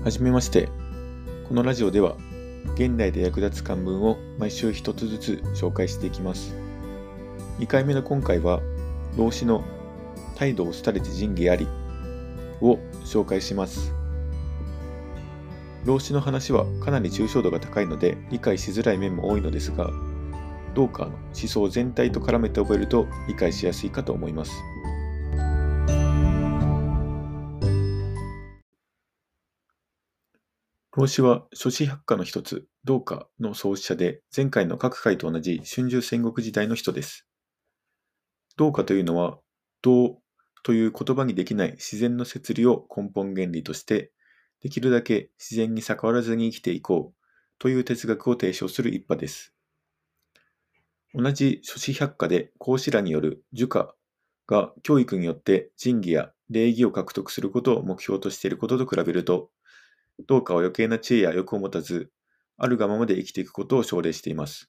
はじめまして。このラジオでは、現代で役立つ漢文を毎週一つずつ紹介していきます。2回目の今回は、老子の態度を廃れて仁義ありを紹介します。老子の話はかなり抽象度が高いので理解しづらい面も多いのですが、どうか思想全体と絡めて覚えると理解しやすいかと思います。老子は諸子百家の一つ、道家の創始者で、前回の各界と同じ春秋戦国時代の人です。道家というのは、道という言葉にできない自然の摂理を根本原理として、できるだけ自然に逆らわずに生きていこうという哲学を提唱する一派です。同じ諸子百家で孔子らによる儒家が教育によって仁義や礼儀を獲得することを目標としていることと比べると、道家は余計な知恵や欲を持たず、あるがままで生きていくことを奨励しています。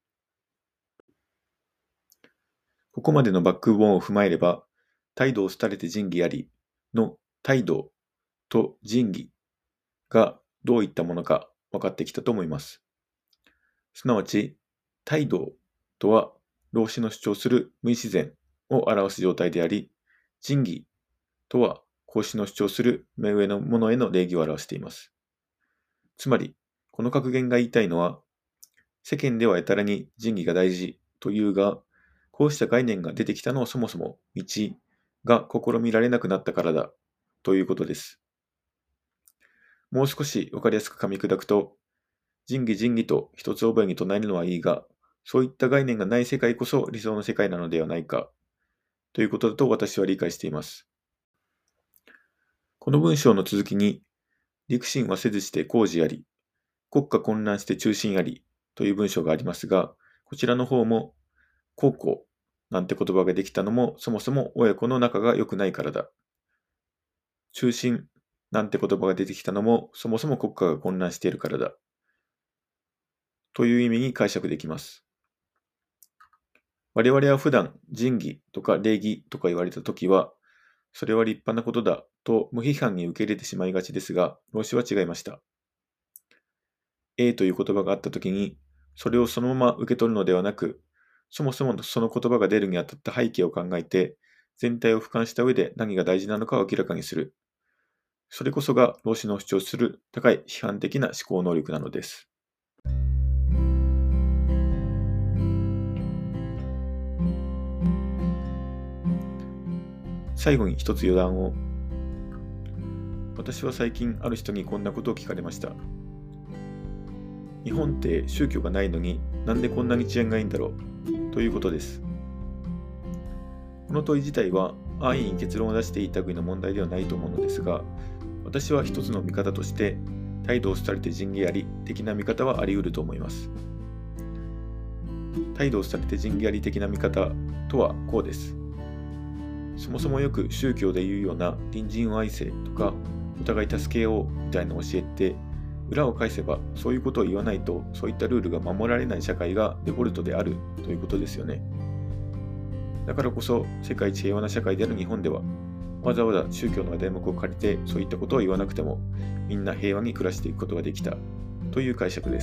ここまでのバックボーンを踏まえれば、態度を廃れて仁義ありの態度と仁義がどういったものか分かってきたと思います。すなわち、態度とは老子の主張する無自然を表す状態であり、仁義とは孔子の主張する目上の者への礼儀を表しています。つまり、この格言が言いたいのは、世間ではやたらに仁義が大事というが、こうした概念が出てきたのはそもそも道が試みられなくなったからだということです。もう少しわかりやすく噛み砕くと、仁義仁義と一つ覚えに唱えるのはいいが、そういった概念がない世界こそ理想の世界なのではないかということだと私は理解しています。この文章の続きに、陸心はせずして工事あり、国家混乱して中心ありという文章がありますが、こちらの方も、孝行なんて言葉ができたのもそもそも親子の仲が良くないからだ。中心なんて言葉が出てきたのもそもそも国家が混乱しているからだ。という意味に解釈できます。我々は普段仁義とか礼儀とか言われたときは、それは立派なことだと無批判に受け入れてしまいがちですが、老子は違いました。という言葉があったときに、それをそのまま受け取るのではなく、そもそもその言葉が出るにあたった背景を考えて、全体を俯瞰した上で何が大事なのかを明らかにする。それこそが老子の主張する高い批判的な思考能力なのです。最後に一つ余談を。私は最近ある人にこんなことを聞かれました。日本って宗教がないのになんでこんなに治安がいいんだろうということです。この問い自体は安易に結論を出していい類の問題ではないと思うのですが、私は一つの見方として態度を廃れて仁義あり的な見方はあり得ると思います。態度を廃れて仁義あり的な見方とはこうです。そもそもよく宗教で言うような隣人を愛せとかお互い助けようみたいな教えって裏を返せばそういうことを言わないとそういったルールが守られない社会がデフォルトであるということですよね。だからこそ世界一平和な社会である日本ではわざわざ宗教の題目を借りてそういったことを言わなくてもみんな平和に暮らしていくことができたという解釈です。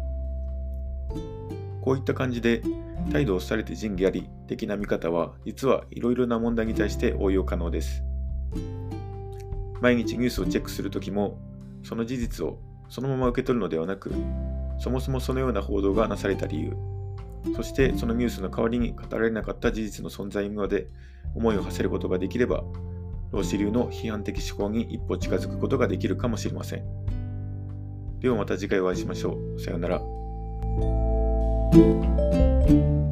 こういった感じで態度を廃れて仁義あり的な見方は実はいろいろな問題に対して応用可能です。毎日ニュースをチェックするときもその事実をそのまま受け取るのではなく、そもそもそのような報道がなされた理由、そしてそのニュースの代わりに語られなかった事実の存在まで思いを馳せることができれば、老子流の批判的思考に一歩近づくことができるかもしれません。ではまた次回お会いしましょう。さようなら。